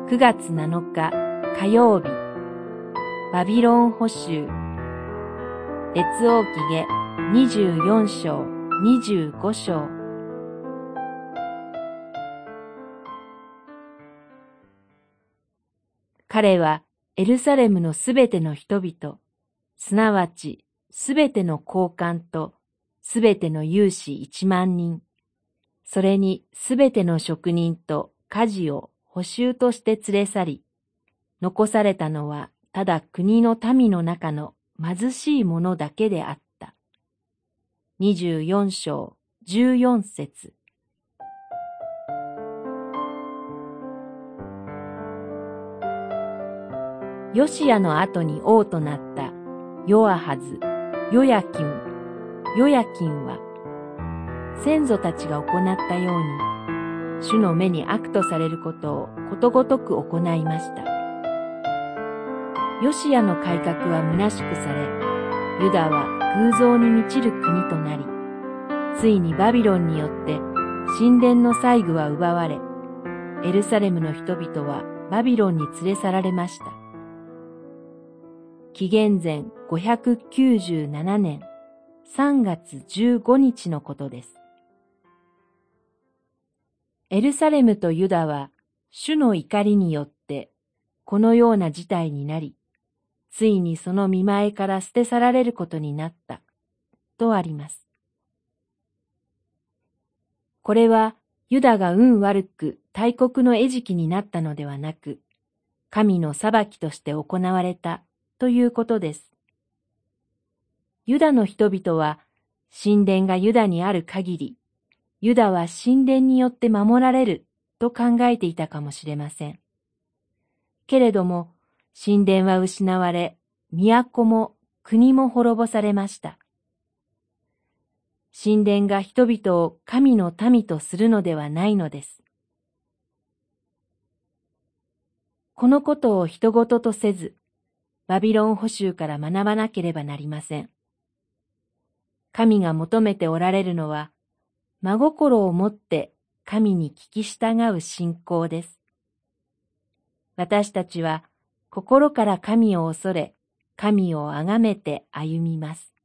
9月7日火曜日、バビロン捕囚、列王記下24章25章。彼はエルサレムのすべての人々、すなわちすべての高官とすべての勇士1万人、それにすべての職人と家事を捕囚として連れ去り、残されたのはただ国の民の中の貧しい者だけであった。24章14節。ヨシアの後に王となったヨアハズ、ヨヤキン。ヨヤキンは先祖たちが行ったように主の目に悪とされることをことごとく行いました。ヨシアの改革は虚しくされ、ユダは偶像に満ちる国となり、ついにバビロンによって神殿の祭具は奪われ、エルサレムの人々はバビロンに連れ去られました。紀元前597年3月15日のことです。エルサレムとユダは主の怒りによってこのような事態になり、ついにその見前から捨て去られることになったとあります。これはユダが運悪く大国の餌食になったのではなく、神の裁きとして行われたということです。ユダの人々は神殿がユダにある限り、ユダは神殿によって守られると考えていたかもしれません。けれども、神殿は失われ、都も国も滅ぼされました。神殿が人々を神の民とするのではないのです。このことを人事とせず、バビロン捕囚から学ばなければなりません。神が求めておられるのは、真心をもって神に聞き従う信仰です。私たちは心から神を恐れ、神をあがめて歩みます。